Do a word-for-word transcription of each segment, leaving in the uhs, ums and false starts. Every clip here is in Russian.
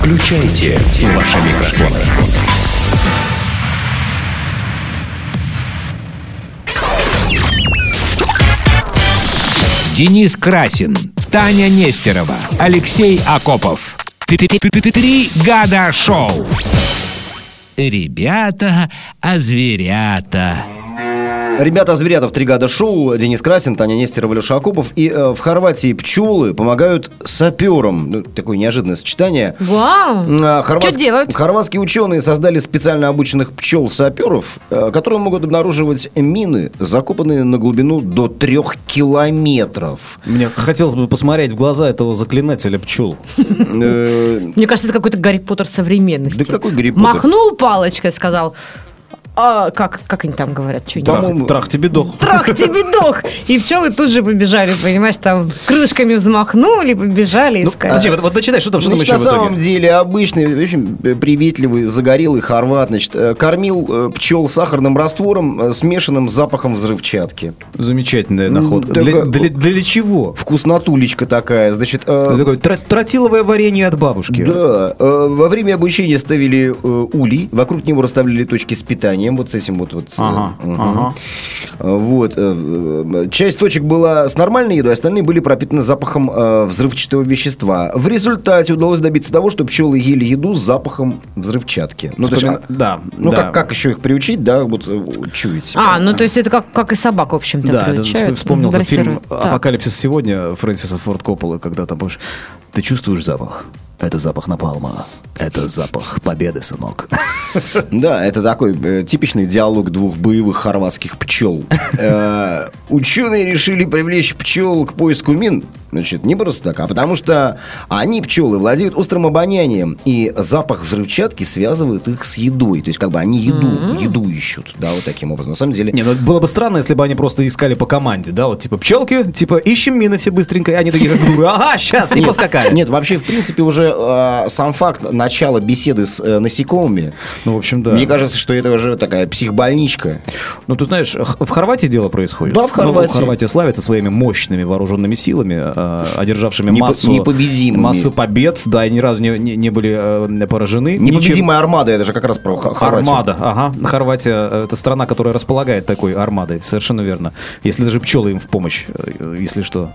Включайте ваши микрофоны. Денис Красин, Таня Нестерова, Алексей Акопов. Три года шоу. Ребята, а зверята. Ребята, зверята в «Три года шоу». Денис Красин, Таня Нестерова, Леша Акопов. И э, в Хорватии пчелы помогают саперам. Ну, такое неожиданное сочетание. Вау! А, хорватск... Что делают? Хорватские ученые создали специально обученных пчел-саперов, э, которые могут обнаруживать мины, закопанные на глубину до трех километров. Мне хотелось бы посмотреть в глаза этого заклинателя пчел. Мне кажется, это какой-то Гарри Поттер современности. Да какой Гарри Поттер? Махнул палочкой, сказал... А, как, как они там говорят? Трах, трах тебе дох. Трах тебе дох. И пчелы тут же побежали, понимаешь, там крылышками взмахнули, побежали ну, искать. Подожди, вот, вот начинай, что там, что там значит, еще на в итоге? самом деле обычный, очень приветливый, загорелый хорват, значит, кормил пчел сахарным раствором, смешанным с запахом взрывчатки. Замечательная находка. Так, Для, для, для чего? Вкуснотулечка такая, значит... Это такое тротиловое варенье от бабушки. Да. Во время обучения ставили улей, вокруг него расставляли точки с питанием, вот с этим вот. вот, ага, угу. ага. Вот. Часть точек была с нормальной едой, остальные были пропитаны запахом э, взрывчатого вещества. В результате удалось добиться того, что пчелы ели еду с запахом взрывчатки. Ну, Вспомин... то есть, да, ну да. Как, как еще их приучить, да, вот чуять. А, ну то есть это как, как и собак, в общем-то, да, приучают. Да, вспомнился фильм так. «Апокалипсис сегодня» Фрэнсиса Форд Копполы, когда там, помнишь, ты чувствуешь запах? Это запах напалма. Это запах победы, сынок. Да, это такой э, типичный диалог двух боевых хорватских пчел. Э, ученые решили привлечь пчел к поиску мин. Значит, не просто так, а потому что они, пчелы, владеют острым обонянием, и запах взрывчатки связывает их с едой. То есть, как бы они еду, mm-hmm. еду ищут, да, вот таким образом. На самом деле... Не, ну было бы странно, если бы они просто искали по команде, да, вот типа пчелки, типа ищем мины все быстренько, и они такие как дуры, ага, сейчас, и нет, поскакали. Нет, вообще, в принципе, уже э, сам факт начала беседы с э, насекомыми, ну, в общем, да. Мне кажется, что это уже такая психбольничка. Ну, ты знаешь, в Хорватии дело происходит. Да, в Хорватии. Ну, Хорватия славится своими мощными вооруженными силами, одержавшими Непо- массу, массу побед, да, и ни разу не, не, не были э, поражены. Непобедимая Ничем... армада, это же как раз про Хорватию. Армада, ага. Хорватия – это страна, которая располагает такой армадой, совершенно верно. Если даже пчелы им в помощь, если что.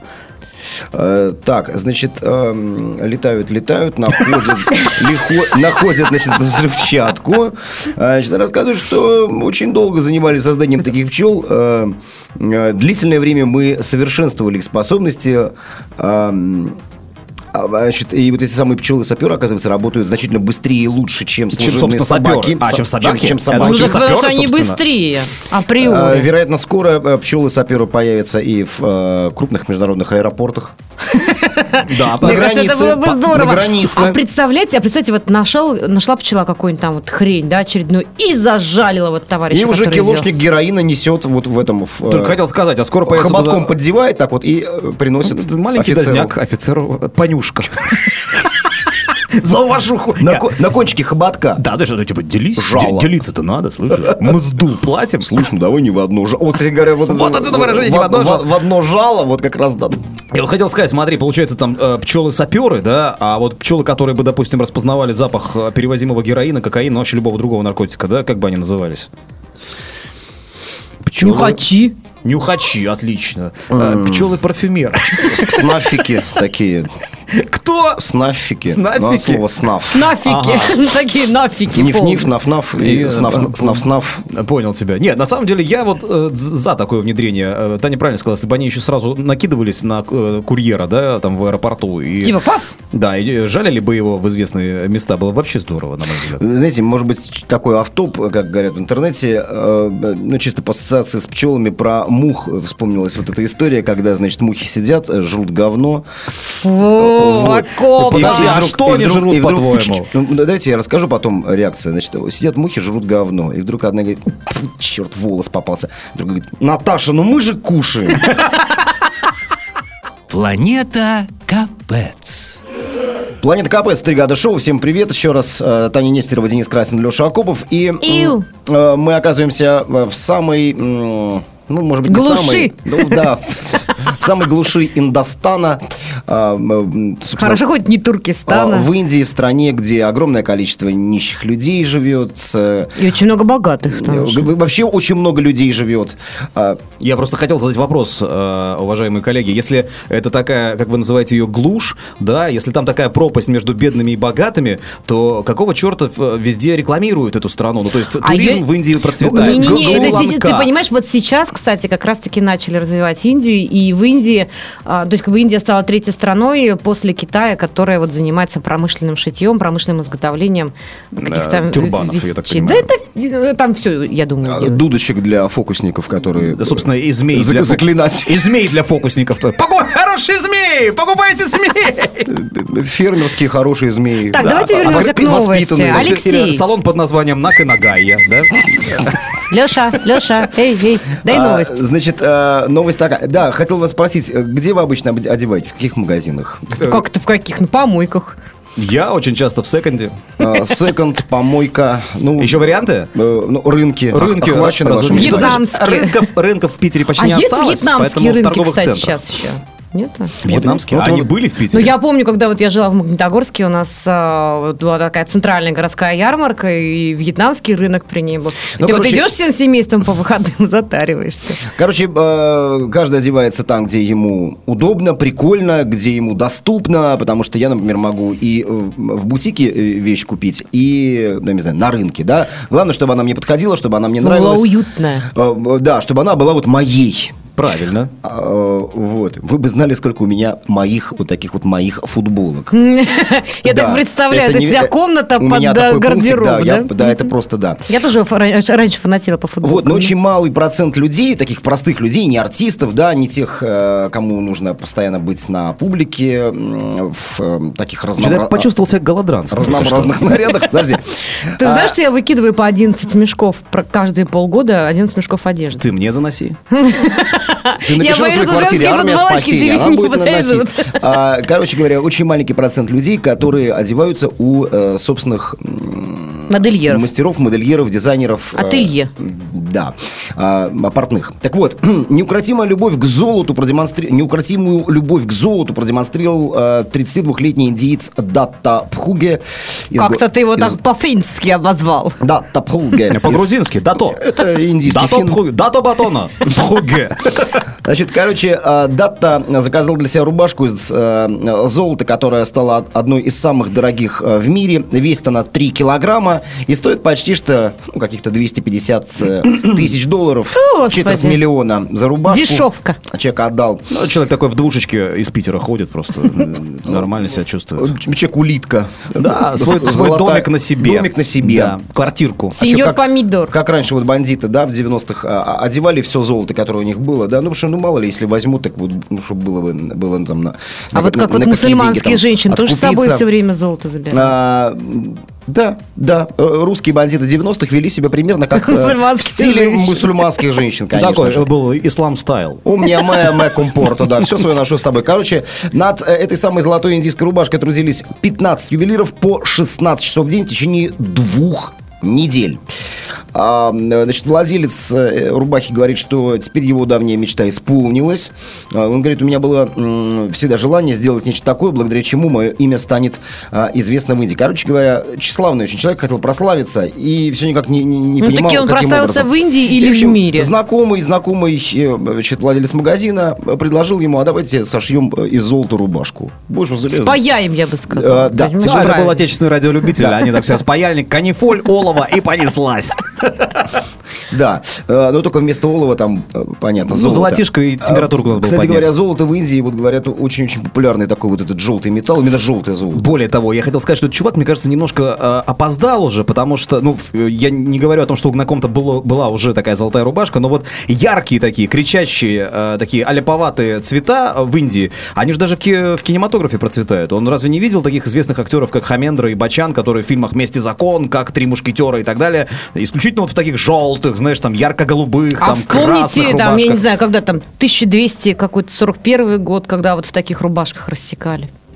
Э, так, значит, э, летают, летают, находят, лихо, находят, значит, взрывчатку. Значит, рассказывают, что очень долго занимались созданием таких пчел. Э, э, длительное время мы совершенствовали их способности. Э, Значит, и вот эти самые пчелы-саперы, оказывается, работают значительно быстрее и лучше, чем служебные собаки. А, чем собаки? Чем, чем собаки. Ну, так потому что они быстрее, априори. Вероятно, скоро пчелы-саперы появятся и в э, крупных международных аэропортах. Да, мне кажется, это было бы здорово. А представляете, а представьте, вот нашел, нашла пчела какую-нибудь там вот хрень, да, очередную, и зажалила вот товарища, и уже килошник героина несет вот в этом. Только хотел сказать, а скоро появится... Хоботком поддевает так вот и приносит маленький дозняк офицеру понюшка. За уважуху. На, ко- на кончике хоботка. Да, да, что-то типа делись. Д- делиться-то надо, слышишь? Мзду платим. Слушай, ну давай не в одно жало. Вот, говоря, вот, вот это выражение, не в одно жало. В одно жало, вот как раз да. Я вот хотел сказать, смотри, получается там э, пчелы-саперы, да, а вот пчелы, которые бы, допустим, распознавали запах перевозимого героина, кокаина, вообще любого другого наркотика, да, как бы они назывались? Пчелы... Нюхачи. Нюхачи, отлично. Mm. Пчелы-парфюмеры. Снаффики такие. Кто? Снаффики. Снаффики. Ну, слово снаф. Нафики. Ага. Такие нафики. Ниф-ниф, наф-наф и снаф-снаф. Понял тебя. Нет, на самом деле я вот э, за такое внедрение. Таня правильно сказала, если бы они еще сразу накидывались на э, курьера, да, там в аэропорту. И, типа фас? Да, и жалили бы его в известные места. Было вообще здорово, на мой взгляд. Знаете, может быть, такой автоп, как говорят в интернете, э, ну, чисто по ассоциации с пчелами, про мух вспомнилась вот эта история, когда, значит, мухи сидят, жрут говно. Вот. Подожди, а что они жрут, по-твоему? Ну, давайте я расскажу потом реакцию. Значит, сидят мухи, жрут говно. И вдруг одна говорит, черт, волос попался. Другая говорит, Наташа, ну мы же кушаем. Планета Капец. Планета Капец, три года шоу. Всем привет. Еще раз Таня Нестерова, Денис Красин, Леша Акопов. И Ил. мы оказываемся в самой... Ну, может быть, не глуши. самый... Ну, да. в самой глуши Индостана. а, м, собственно, Хорошо, хоть не Туркестана. а, В Индии, в стране, где огромное количество нищих людей живет. э, И очень много богатых там же. г- Вообще очень много людей живет. А, Я просто хотел задать вопрос, э, уважаемые коллеги. Если это такая, как вы называете ее, глушь, да, если там такая пропасть между бедными и богатыми, то какого черта в- везде рекламируют эту страну? Ну, то есть А туризм я- в Индии процветает. Не-не-не, это Шри-Ланка. сейчас- ты понимаешь, вот сейчас, кстати, как раз-таки начали развивать Индию, и в Индии, а, то есть как бы Индия стала третьей страной после Китая, которая вот занимается промышленным шитьем, промышленным изготовлением каких-то тюрбанов, я так вещей. понимаю. Да это там все, я думаю, делают. Дудочек для фокусников, которые... Да, собственно, и змей За- для, заклинать. и змей для фокусников. Покупай хорошие змеи! Покупайте змей! Фермерские хорошие змеи. Так, Да. давайте вернемся к Открытые, новости. воспитанные. Алексей, Салон под названием Нак и Нагайя, да? Леша, Леша, эй, эй, дай А, новость. Значит, э, новость такая. Да, хотел вас спросить, э, где вы обычно об- одеваетесь? В каких магазинах? Как это в каких? На помойках. Я очень часто в секонде. Э, Секонд, помойка, ну... Еще варианты? э, ну, рынки. Рынки, охвачены вашим... разумеется. Вьетнамские. Знаешь, Рынков, рынков в Питере почти А не есть осталось, вьетнамские поэтому в рынки, торговых кстати, центрах. сейчас еще? Нет? Вьетнамские? Вот Они он- были в Ну, Питере? я помню, когда вот я жила в Магнитогорске, у нас а, вот была такая центральная городская ярмарка, и вьетнамский рынок при ней был. И Ну, ты вот короче- идешь всем семейством по выходным, затариваешься. Короче, э, каждый одевается там, где ему удобно, прикольно, где ему доступно, потому что я, например, могу и в в бутике э, вещь купить, и, ну, не знаю, на рынке, да. Главное, чтобы она мне подходила, чтобы она мне Ну, была нравилась. уютная. Э, э, Да, чтобы она была вот моей. Правильно. А, Вот. Вы бы знали, сколько у меня моих, вот таких вот моих футболок. Я Да. так представляю, Это то есть не- у тебя комната у под меня э, такой пунктик, гардероб, да, да? я- да, это просто да. Я тоже фа- раньше фанатела по футболу. Вот, но очень малый процент людей, таких простых людей, не артистов, да, не тех, э, кому нужно постоянно быть на публике, м, в э, таких Что-то я разнообразных... почувствовал себя голодранцем. разнообразных нарядах. Подожди. Ты А, знаешь, что я выкидываю по одиннадцать мешков про- каждые полгода, одиннадцать мешков одежды? Ты мне заноси. Ты напиши Я в боюсь, своей что квартире женские «Армия футболочки спасения», тебе она не будет наносить. влезут. А, Короче говоря, очень маленький процент людей, которые одеваются у э, собственных м, Модельеров. мастеров, модельеров, дизайнеров. э, Ателье. Да, а, портных. Так вот, неукротимая любовь к золоту продемонстрировал, неукротимую любовь к золоту продемонстрировал э, тридцатидвухлетний индиец Датта Пхуге. из Как-то го- ты его из- так по-фински обозвал. Датта Пхуге. из- По-грузински. Дато. Это индийский Дато фин. пху- Дато батона. Пхуге. Значит, короче, э, Датта заказал для себя рубашку из э, золота, которая стала од- одной из самых дорогих э, в мире. Весит она три килограмма и стоит почти что ну, каких-то двести пятьдесят э, тысяч долларов. Господи. Четверть миллиона за рубашку. Дешевка. Человек отдал. Ну, человек такой в двушечке из Питера ходит просто. Нормально себя чувствует. Человек улитка. Да, свой, З- свой золотая- домик на себе. Домик на себе. Да, квартирку. А чё, Сеньор как- Помидор. Как раньше вот бандиты, да, в девяностых а, а, одевали все золото, которое у них было, да, ну, потому что, ну, мало ли, если возьмут, так вот, ну, чтобы было, бы- было там на... А на- вот на- как вот на какие мусульманские деньги там женщины тоже с собой откупиться. все время золото забирают. А, да, да. Э, Русские бандиты девяностых вели себя примерно как э, в Мусульманские стиле женщины. мусульманских женщин, конечно Такой же. был ислам-стайл. У меня моя моя компорта, да, все свое ношу с тобой. Короче, над э, этой самой золотой индийской рубашкой трудились пятнадцать ювелиров по шестнадцать часов в день в течение двух недель. А, значит, владелец э, рубахи говорит, что теперь его давняя мечта исполнилась. А, он говорит, у меня было м, всегда желание сделать нечто такое, благодаря чему мое имя станет а, известно в Индии. Короче говоря, тщеславный очень человек, хотел прославиться и все никак не, не, не Ну, понимал, таки он каким прославился образом. в Индии И, или в общем, мире? Знакомый, знакомый э, значит, владелец магазина э, предложил ему, а давайте сошьем э, из золота рубашку. Больше железа. Спаяем, я бы сказала. Э, да. Понимаешь, А, это был правильно. отечественный радиолюбитель. Они так все спаяльник, канифоль, олово и понеслась. Да, Э, но только вместо олова там, э, понятно, Ну, золото. золотишко и температурку надо было Кстати поднять. говоря, золото в Индии, вот говорят, очень-очень популярный такой вот этот желтый металл, именно желтое золото. Более того, я хотел сказать, что этот чувак, мне кажется, немножко э, опоздал уже, потому что, ну, ф- э, я не говорю о том, что на ком-то было, была уже такая золотая рубашка, но вот яркие такие, кричащие, э, такие аляповатые цвета в Индии, они же даже в, ки- в кинематографе процветают. Он разве не видел таких известных актеров, как Хамендра и Баччан, которые в фильмах «Месть и закон», как «Три мушкетера» и так далее, исключительно вот в таких желтых, знаешь, там, ярко-голубых, А там, красных вспомните, там, я рубашках. не знаю, когда там тысяча двести какой-то сорок первый год, когда вот в таких рубашках рассекали.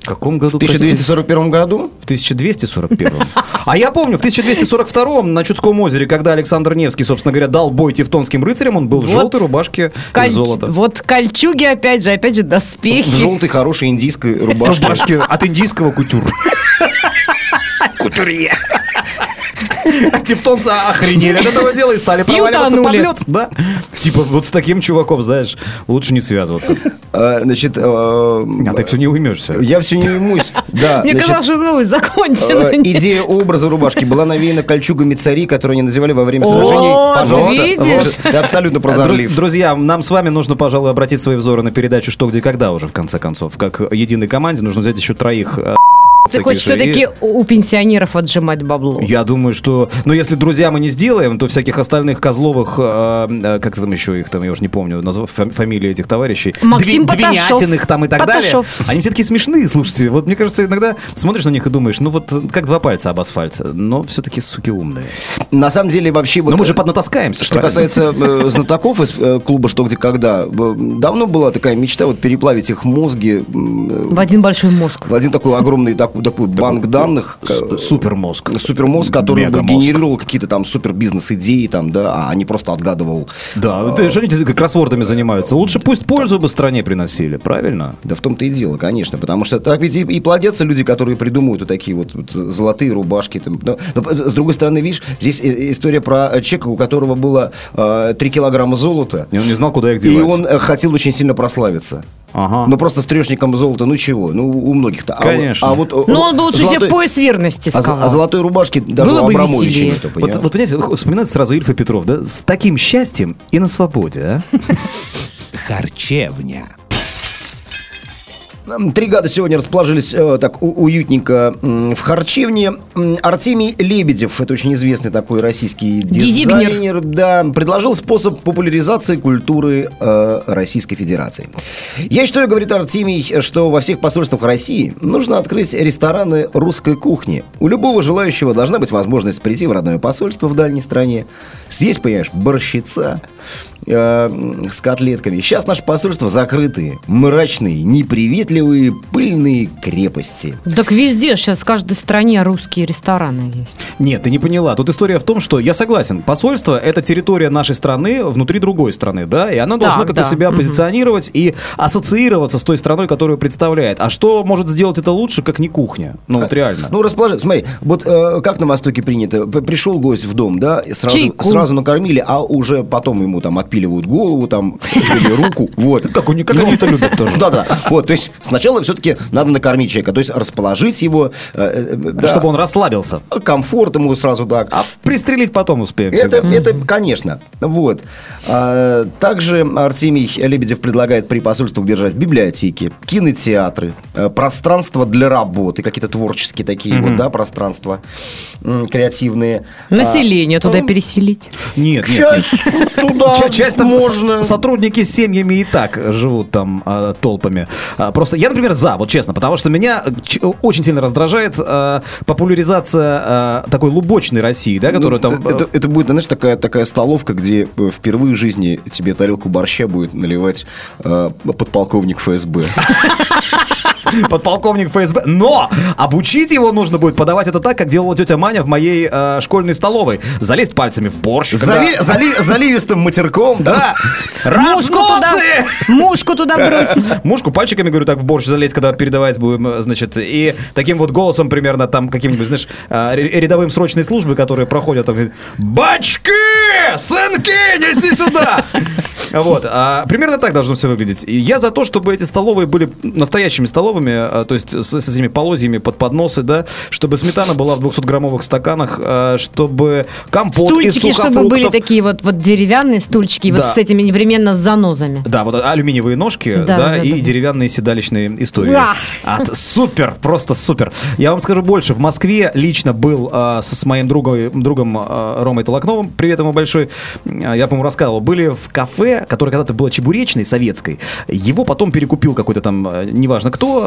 В каком году? В тысяча двести сорок первом году? В тысяча двести сорок первом. А я помню, в тысяча двести сорок втором на Чудском озере, когда Александр Невский, собственно говоря, дал бой тевтонским рыцарям, он был в Вот. желтой рубашке Коль- из золота. Вот кольчуги, опять же, опять же, доспехи. В желтой хорошей индийской рубашке. Рубашки от индийского кутюр. Кутюрье. А тевтонцы охренели от этого дела и стали проваливаться под утонули. лед. Да? Типа вот с таким чуваком, знаешь, лучше не связываться. А, Значит, А э, ты все не уймешься. я все не уймусь. Да, Мне значит, казалось, что новость закончена. э, идея образа рубашки была навеяна кольчугами царей, которые они называли во время О, сражений. Пожалуйста. видишь? Вот, ты абсолютно прозорлив. Дру- Друзья, нам с вами нужно, пожалуй, обратить свои взоры на передачу «Что, где, когда» уже, в конце концов. Как единой команде нужно взять еще троих. э, Ты таких хочешь же. И все-таки у пенсионеров отжимать бабло? Я думаю, что... Ну, если, друзья, мы не сделаем, то всяких остальных Козловых... э, э, как там еще их там, я уже не помню, назв... фами- фамилии этих товарищей. Максим Две- Поташов. Двинятиных там и так Поташов. далее. Они все такие смешные, слушайте. Вот мне кажется, иногда смотришь на них и думаешь, ну вот как два пальца об асфальт. Но все-таки, суки, умные. На самом деле, вообще... Но вот, мы же поднатаскаемся, Что правильно? касается э, знатоков из э, клуба «Что, где, когда», э, давно была такая мечта вот переплавить их мозги м, В один большой мозг. в один такой огромный такой, такой банк данных. С- э, Супермозг. Супермозг, который бы Мегамозг. генерировал какие-то там супер бизнес-идеи, там, да, а не просто отгадывал. Да, ты же они кроссвордами занимаются. Лучше пусть пользу бы стране приносили, правильно? Да в том-то и дело, конечно, потому что так ведь и, и плодятся люди, которые придумывают вот такие вот, вот золотые рубашки. Там, но, но, с другой стороны, видишь, здесь э, история про человека, у которого было три килограмма золота, И он не знал, куда их и девать. он э, хотел очень сильно прославиться. Ага. Ну, просто с трешником золота, ну чего, ну, у многих-то. А вот- Конечно. А вот, э, Ну, он бы лучше золотой- себе пояс верности а, сказал. а золотой рубашки даже Было у бы Абрамовича веселее. нету, Вот, понимаешь? вот, понимаете, вспоминается сразу Ильф и Петров, да? С таким счастьем и на свободе, а? Харчевня. Три гада сегодня расположились э, так у- уютненько м, в харчевне. М, Артемий Лебедев, это очень известный такой российский Дизайнер. дизайнер, да, предложил способ популяризации культуры э, Российской Федерации. Я считаю, говорит Артемий, что во всех посольствах России нужно открыть рестораны русской кухни. У любого желающего должна быть возможность прийти в родное посольство в дальней стране, съесть, понимаешь, борщица э, с котлетками. Сейчас наши посольства закрытые, мрачные, неприветливые, пыльные крепости. Так везде сейчас в каждой стране русские рестораны есть. Нет, ты не поняла. Тут история в том, что я согласен. Посольство – это территория нашей страны внутри другой страны, да? И она должна Так, как-то да. себя Мгм. позиционировать и ассоциироваться с той страной, которую представляет. А что может сделать это лучше, как не кухня? Ну, вот реально. Ну, расположи. Смотри, вот э, как на Востоке принято. П- Пришел гость в дом, да, и сразу, Чайку. сразу накормили, а уже потом ему там отпиливают голову, там, или руку, вот. Как, у- как они это любят тоже. Да-да, вот, то есть сначала все-таки надо накормить человека, то есть расположить его, э, э, да, Чтобы он расслабился. комфорт ему сразу, да. А пристрелить потом успеем Это, всегда. это, конечно. Вот. А, также Артемий Лебедев предлагает при посольствах держать библиотеки, кинотеатры, э, пространства для работы, какие-то творческие такие вот, да, пространства м, креативные. Население А, туда ну, переселить. Нет, нет, Часть нет. туда Ча- Часть там можно. с- сотрудники с семьями и так живут там а, толпами. А, просто я, например, за, вот честно, потому что меня ч- очень сильно раздражает а, популяризация а, такой лубочной России, да, которую Ну, там... это, это будет, знаешь, такая, такая столовка, где э, впервые в жизни тебе тарелку борща будет наливать э, подполковник эф эс бэ. подполковник эф эс бэ. Но обучить его нужно будет подавать это так, как делала тетя Маня в моей э, школьной столовой. Залезть пальцами в борщ. когда- Зави- зали- заливистым матерком, да. Да. Мушку туда, Разносцы! мушку туда бросить. Мушку пальчиками, говорю, так в борщ залезть, когда передавать будем, значит, и таким вот голосом примерно там каким-нибудь, знаешь, а, р- рядовым срочной службы, которые проходят, там, говорят, бачки, сынки, неси сюда! Вот, а, примерно так должно все выглядеть. И я за то, чтобы эти столовые были настоящими столовыми, а, то есть с, с этими полозьями под подносы, да, чтобы сметана была в двухсотграммовых стаканах, а, чтобы компот из Стульчики, чтобы сухофруктов... были такие вот, вот деревянные стульчики, Да. вот с этими непременно с занозами. Да, вот алюминиевые ножки, да, Да, да, и да. деревянные седалищные истории. Ах! От- супер, просто супер. Я вам скажу больше. В Москве лично был а, с, с моим другом, другом а, Ромой Толокновым, привет ему большой, а, я, по-моему, рассказывал, были в кафе, которое когда-то было чебуречной, советской. Его потом перекупил какой-то там, а, неважно кто,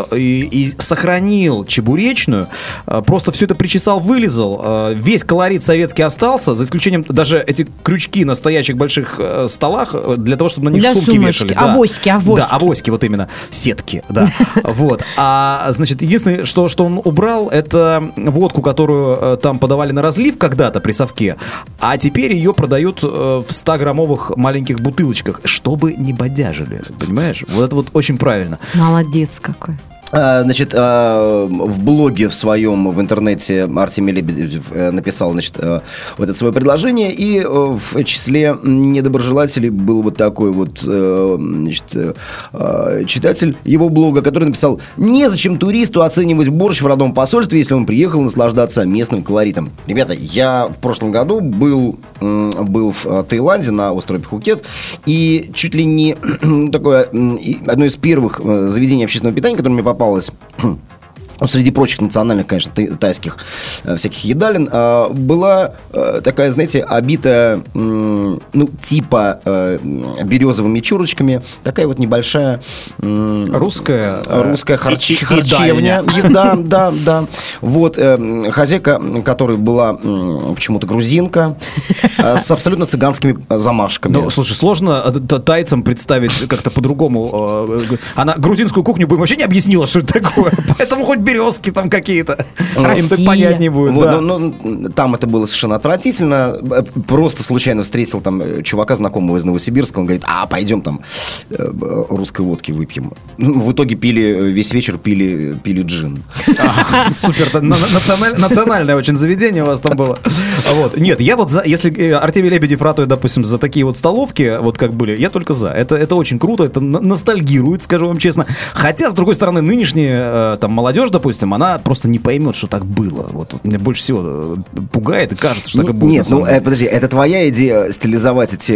и, и сохранил чебуречную, э, просто все это причесал, вылезал, э, весь колорит советский остался, за исключением даже эти крючки на стоячих больших э, столах э, для того, чтобы на них Для сумки сумочки. вешали. Да. Авоськи, авоськи. Да, авоськи, вот именно, сетки, да. Вот. А, значит, единственное, что, что он убрал, это водку, которую э, там подавали на разлив когда-то при совке, а теперь ее продают э, в ста-граммовых маленьких бутылочках, чтобы не бодяжили, понимаешь? Вот это вот очень правильно. Молодец какой. А, Значит, а, в блоге в своем, в интернете Артемий Лебедев э, написал, значит, э, вот это свое предложение, и э, в числе недоброжелателей был вот такой вот, э, значит, э, читатель его блога, который написал: незачем туристу оценивать борщ в родном посольстве, если он приехал наслаждаться местным колоритом. Ребята, я в прошлом году был, э, был в Таиланде на острове Пхукет, и чуть ли не такое, одно из первых заведений общественного питания, которое мне попалось, ну, среди прочих национальных, конечно, тай- тайских э, всяких едалин, э, была э, такая, знаете, обитая, э, ну, типа э, березовыми чурочками, такая вот небольшая э, Русская, русская харч- и- и- харчевня. Еда, да, да. Вот, э, хозяйка, которая была э, почему-то грузинка, э, с абсолютно цыганскими замашками. Ну, слушай, сложно э, т- тайцам представить как-то по-другому. э, э, Она грузинскую кухню бы им вообще не объяснила, что это такое. Поэтому хоть березки там какие-то. Им так понять не будет. Вот, Да. ну, ну, там это было совершенно отвратительно. Просто случайно встретил там чувака знакомого из Новосибирска. Он говорит: а, пойдем там э, русской водки выпьем. В итоге пили, весь вечер пили, пили джин. Ага, супер, на- на- националь- национальное очень заведение у вас там было. Вот. Нет, я вот за, если э, Артемий Лебедев ратует, допустим, за такие вот столовки, вот как были, я только за. Это, это очень круто, это н- ностальгирует, скажу вам честно. Хотя, с другой стороны, нынешняя э, там молодежь, допустим, она просто не поймет, что так было. Вот, вот меня больше всего э, пугает и кажется, что Не- так и будет. Нет, на самом ну, деле. э, подожди, это твоя идея стилизовать эти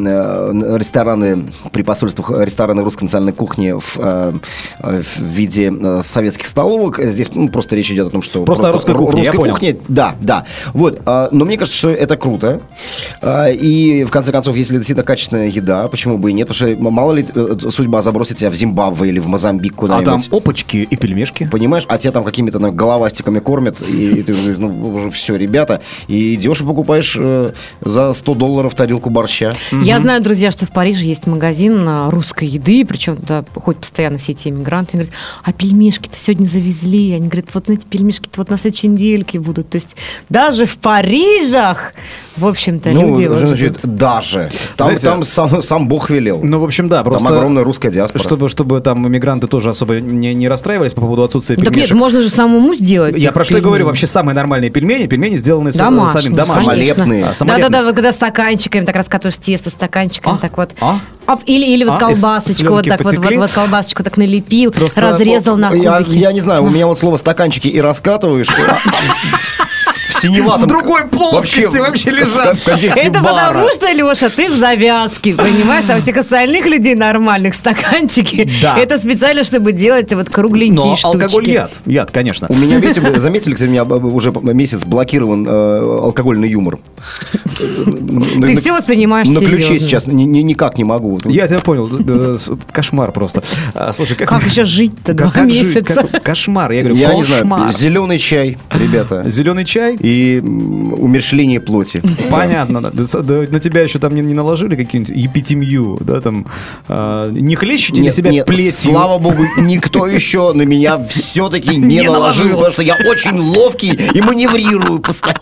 э, рестораны при посольствах, рестораны русской национальной кухни в, э, в виде э, советских столовок. Здесь ну, просто речь идет о том, что... Просто о русской ру- кухне, я русской понял. кухне, да, да. Вот, э, но мне кажется, что это круто. Э, и, в конце концов, если действительно качественная еда, почему бы и нет? Потому что мало ли э, судьба забросит тебя в Зимбабве или в Мозамбик А там куда-нибудь. опачки и пельмешки. Понимаешь, а тебя там какими-то ну, головастиками кормят, и, и ты говоришь: ну, уже все, ребята, и идешь и покупаешь э, за сто долларов тарелку борща. Я знаю, друзья, что в Париже есть магазин а, русской еды, причем туда ходят постоянно все эти иммигранты. Они говорят: а пельмешки-то сегодня завезли. Они говорят: вот знаете, пельмешки-то вот на следующей недельке будут. То есть даже в Парижах, в общем-то, Ну, люди... что вот значит ждут. даже. Там, Знаете, там сам, сам Бог велел. Ну, в общем, да, просто... Там огромная русская диаспора. Чтобы, чтобы там иммигранты тоже особо не, не расстраивались по поводу отсутствия Ну, так нет, пельмешек. можно же самому сделать. Я их про что и пельмени. говорю, вообще самые нормальные пельмени, пельмени сделаны с- Домашние, самим домашними. Самолепные. А, самолепные. Да-да-да, вот когда стаканчиками так раскатываешь тесто, стаканчиками А? так вот. А? Оп, Или, или вот А, и с- колбасочку, вот слюнки так вот, вот, потекли? вот колбасочку так налепил, Просто- разрезал на я, кубики. я не знаю, у меня вот слово стаканчики и раскатываешь. В синеватом. В другой плоскости вообще лежат. В контексте Это бара. потому что, Леша, ты в завязке, понимаешь? А у всех остальных людей нормальных стаканчики. Да. Это специально, чтобы делать вот кругленькие Но штучки. алкоголь яд. Яд, конечно. У меня, видите, вы заметили, кстати, у меня уже месяц блокирован э, алкогольный юмор. Ты все воспринимаешь На ключе серьезно. сейчас ни- ни- никак не могу. Я тебя понял. Да, с- Кошмар просто. А, Слушай, как... Как еще жить-то как- два как жить? месяца? Как- Кошмар. Я говорю, Я не знаю, кошмар. зеленый чай, ребята. Зеленый чай? И м, умерщвление плоти. Понятно, да. Да, да, на тебя еще там не, не наложили какие-нибудь епитемью, да, там, а, не хлещете ли Нет, себя нет, плетью? слава богу, никто еще на меня все-таки не Не наложил, наложил. потому что я очень ловкий и маневрирую постоянно.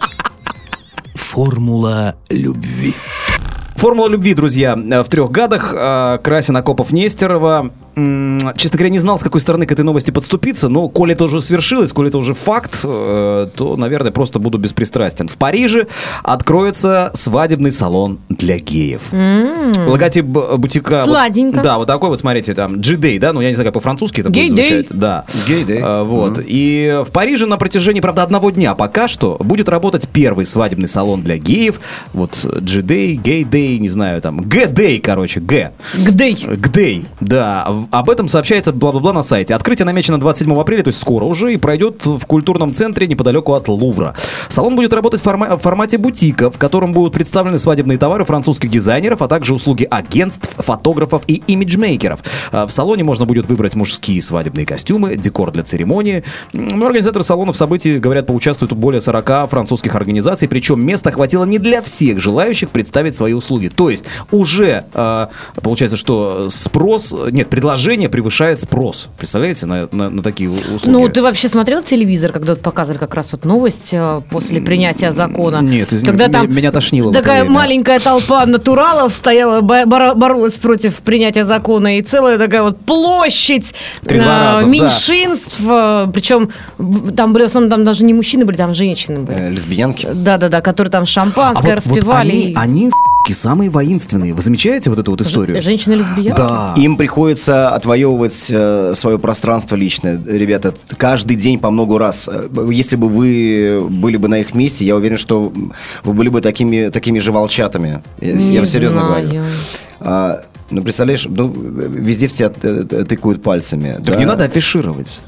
Формула любви. Формула любви, друзья, в трех гадах. А, Красин, Акопов, Нестерова. М, Честно говоря, не знал, с какой стороны к этой новости подступиться, но коли это уже свершилось, коли это уже факт, э, то, наверное, просто буду беспристрастен. В Париже откроется свадебный салон для геев. Логотип б- бутика... вот- Сладенько. да, вот такой вот, смотрите, там, G-Day, да, ну, я не знаю, как по-французски это будет Gay Day. звучать. Да. Gay Day. А, вот. И в Париже на протяжении, правда, одного дня пока что будет работать первый свадебный салон для геев. Вот G-Day, Gay Day, не знаю, там, G-Day, короче, G. Гдей. Гдей, да. В- об этом сообщается бла-бла-бла на сайте. Открытие намечено двадцать седьмого апреля, то есть скоро уже, и пройдет в культурном центре неподалеку от Лувра. Салон будет работать в, форма- в формате бутика, в котором будут представлены свадебные товары французских дизайнеров, а также услуги агентств, фотографов и имиджмейкеров. В салоне можно будет выбрать мужские свадебные костюмы, декор для церемонии. Организаторы салонов событий, говорят, поучаствуют более сорока французских организаций, причем места хватило не для всех желающих представить свои услуги. То есть уже э, получается, что спрос, нет, предложение превышает спрос. Представляете, на, на, на такие услуги? Ну, ты вообще смотрел телевизор, когда вот показывали как раз вот новость э, после принятия закона? Нет, извини, когда там меня тошнило. такая маленькая толпа натуралов стояла, бор- боролась против принятия закона, и целая такая вот площадь э, разов, меньшинств, да. э, причем там были в основном там даже не мужчины были, там женщины были. Э, лесбиянки. Да-да-да, которые там шампанское а вот, распивали. Вот они, они самые воинственные. Вы замечаете вот эту вот историю? Женщины-лесбиянки? Да. Им приходится отвоевывать э, свое пространство личное. Ребята, каждый день по много раз. Если бы вы были бы на их месте, я уверен, что вы были бы такими, такими же волчатами. Я, я серьезно знаю. говорю. А, ну, представляешь, ну, везде в тебя тыкают пальцами. Так да? не надо афишировать.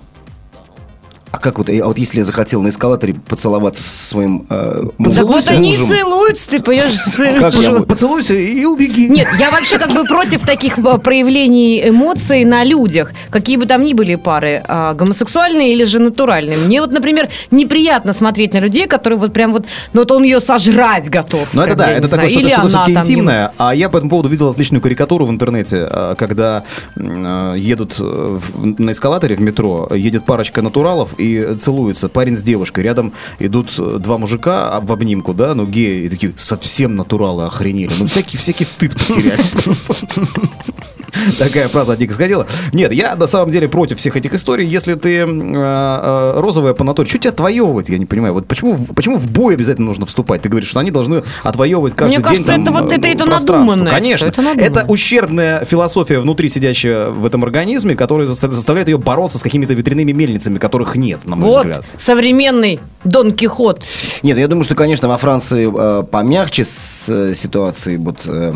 А как вот, а вот если я захотел на эскалаторе поцеловаться со своим э, Так вот мужем? они и целуются, ты понимаешь? Как я буду? Поцелуйся и убеги. Нет, я вообще как бы против таких э, проявлений эмоций на людях, какие бы там ни были пары, э, гомосексуальные или же натуральные. Мне вот, например, неприятно смотреть на людей, которые вот прям вот, ну вот он ее сожрать готов. Ну это прям, да, я это не такое знаю. что-то, Или что-то она все-таки там интимное. А я по этому поводу видел отличную карикатуру в интернете, э, когда э, едут э, в- на эскалаторе в метро, едет парочка натуралов и целуются. Парень с девушкой. Рядом идут э, два мужика в обнимку, да, ну геи, и такие совсем натуралы охренели. Ну всякий, всякий стыд потеряли просто. Такая фраза от них исходила. Нет, я на самом деле против всех этих историй. Если ты э, э, розовая по натуре, что тебя отвоевывать, я не понимаю. Вот почему, почему в бой обязательно нужно вступать? Ты говоришь, что они должны отвоевывать каждый Мне день кажется, там, это вот- это- э, это пространство. надуманное Конечно. всё, это надуманное. Это ущербная философия внутри сидящая в этом организме, которая заста- заставляет ее бороться с какими-то ветряными мельницами, которых нет, на мой Вот, взгляд. современный Дон Кихот. Нет, я думаю, что, конечно, во Франции э, помягче с э, ситуацией вот, э,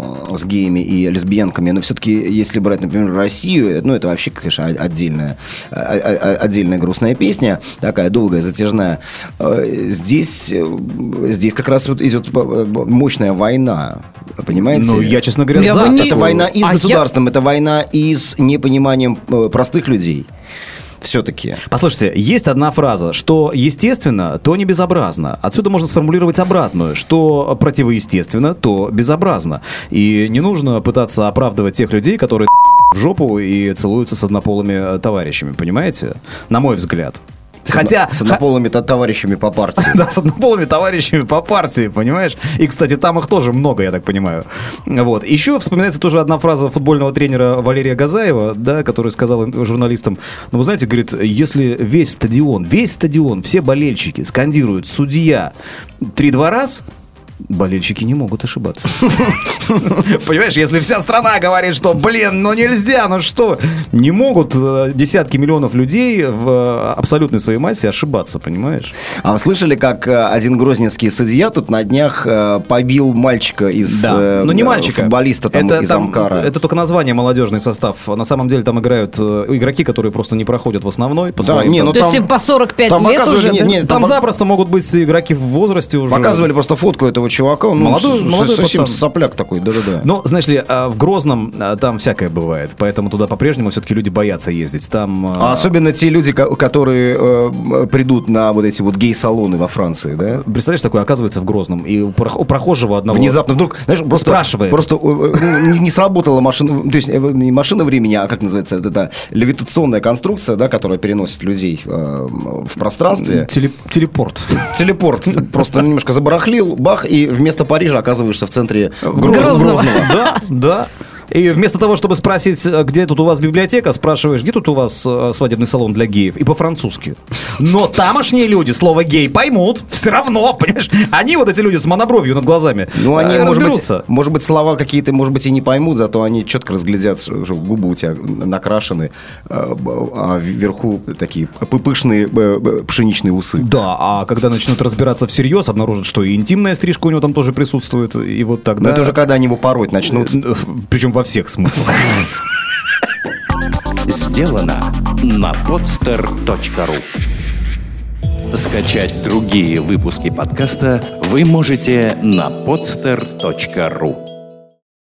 с геями и лесбиянками, но все-таки, если брать, например, Россию, ну, это вообще, конечно, отдельная, а- а- отдельная грустная песня, такая долгая, затяжная. Э, Здесь, э, здесь как раз вот идет э, мощная война, понимаете? Ну, я, честно говоря, Я за бы не- Это такую. война и с А я- государством, это война и с непониманием э, простых людей. Все-таки. Послушайте, есть одна фраза, что естественно, то не безобразно. Отсюда можно сформулировать обратную, что противоестественно, то безобразно. И не нужно пытаться оправдывать тех людей, которые в жопу и целуются с однополыми товарищами, понимаете? На мой взгляд. Хотя... С однополыми товарищами по партии. Да, с однополыми товарищами по партии, понимаешь? И, кстати, там их тоже много, я так понимаю. Вот. Еще вспоминается тоже одна фраза футбольного тренера Валерия Газаева, да, который сказал журналистам, ну, вы знаете, говорит, если весь стадион, весь стадион, все болельщики скандируют «судья» три-два раз, болельщики не могут ошибаться. Понимаешь, если вся страна говорит, что, блин, ну нельзя, ну что, не могут э, десятки миллионов людей в э, абсолютной своей массе ошибаться, понимаешь? А вы слышали, как э, один грозненский судья тут на днях э, побил мальчика из Да, э, но не мальчика. футболиста там, это, из там, Амкара? это только название молодежный состав. На самом деле там играют э, игроки, которые просто не проходят в основной. По Да, своим, не, там, ну, То там- есть им по сорок пять там лет показывали- уже, не- да? не, там там запросто могут быть игроки в возрасте уже. Показывали просто фотку этого чувака, он ну, Молодой- с- молодой совсем пацан. сопляк такой, да-да-да. Но, знаешь ли, а, в Грозном а, там всякое бывает, поэтому туда по-прежнему все-таки люди боятся ездить. Там, А а, особенно те люди, ко- которые э, придут на вот эти вот гей-салоны во Франции, да? представляешь, такое оказывается в Грозном, и у, прох- у прохожего одного... Внезапно вдруг, знаешь, просто, Спрашивает. просто э, э, не, не сработала машина, то есть э, не машина времени, а как называется, вот эта левитационная конструкция, да, которая переносит людей э, в пространстве. Теле- телепорт. Телепорт просто немножко забарахлил, бах, и вместо Парижа оказываешься в центре Грозного. Да, да. И вместо того, чтобы спросить, где тут у вас библиотека, спрашиваешь, где тут у вас э, свадебный салон для геев, и по-французски. Но тамошние люди слово «гей» поймут, все равно, понимаешь? Они вот эти люди с монобровью над глазами Ну, они, э, может быть, разберутся. может быть, слова какие-то, может быть, и не поймут, зато они четко разглядят, что что губы у тебя накрашены, а а вверху такие пышные э, пшеничные усы. Да, а когда начнут разбираться всерьез, обнаружат, что и интимная стрижка у него там тоже присутствует, и вот Но тогда... это уже когда они его пороть начнут. Причем во всех смыслах. сделано на podster точка ру. Скачать другие выпуски подкаста вы можете на podster точка ру.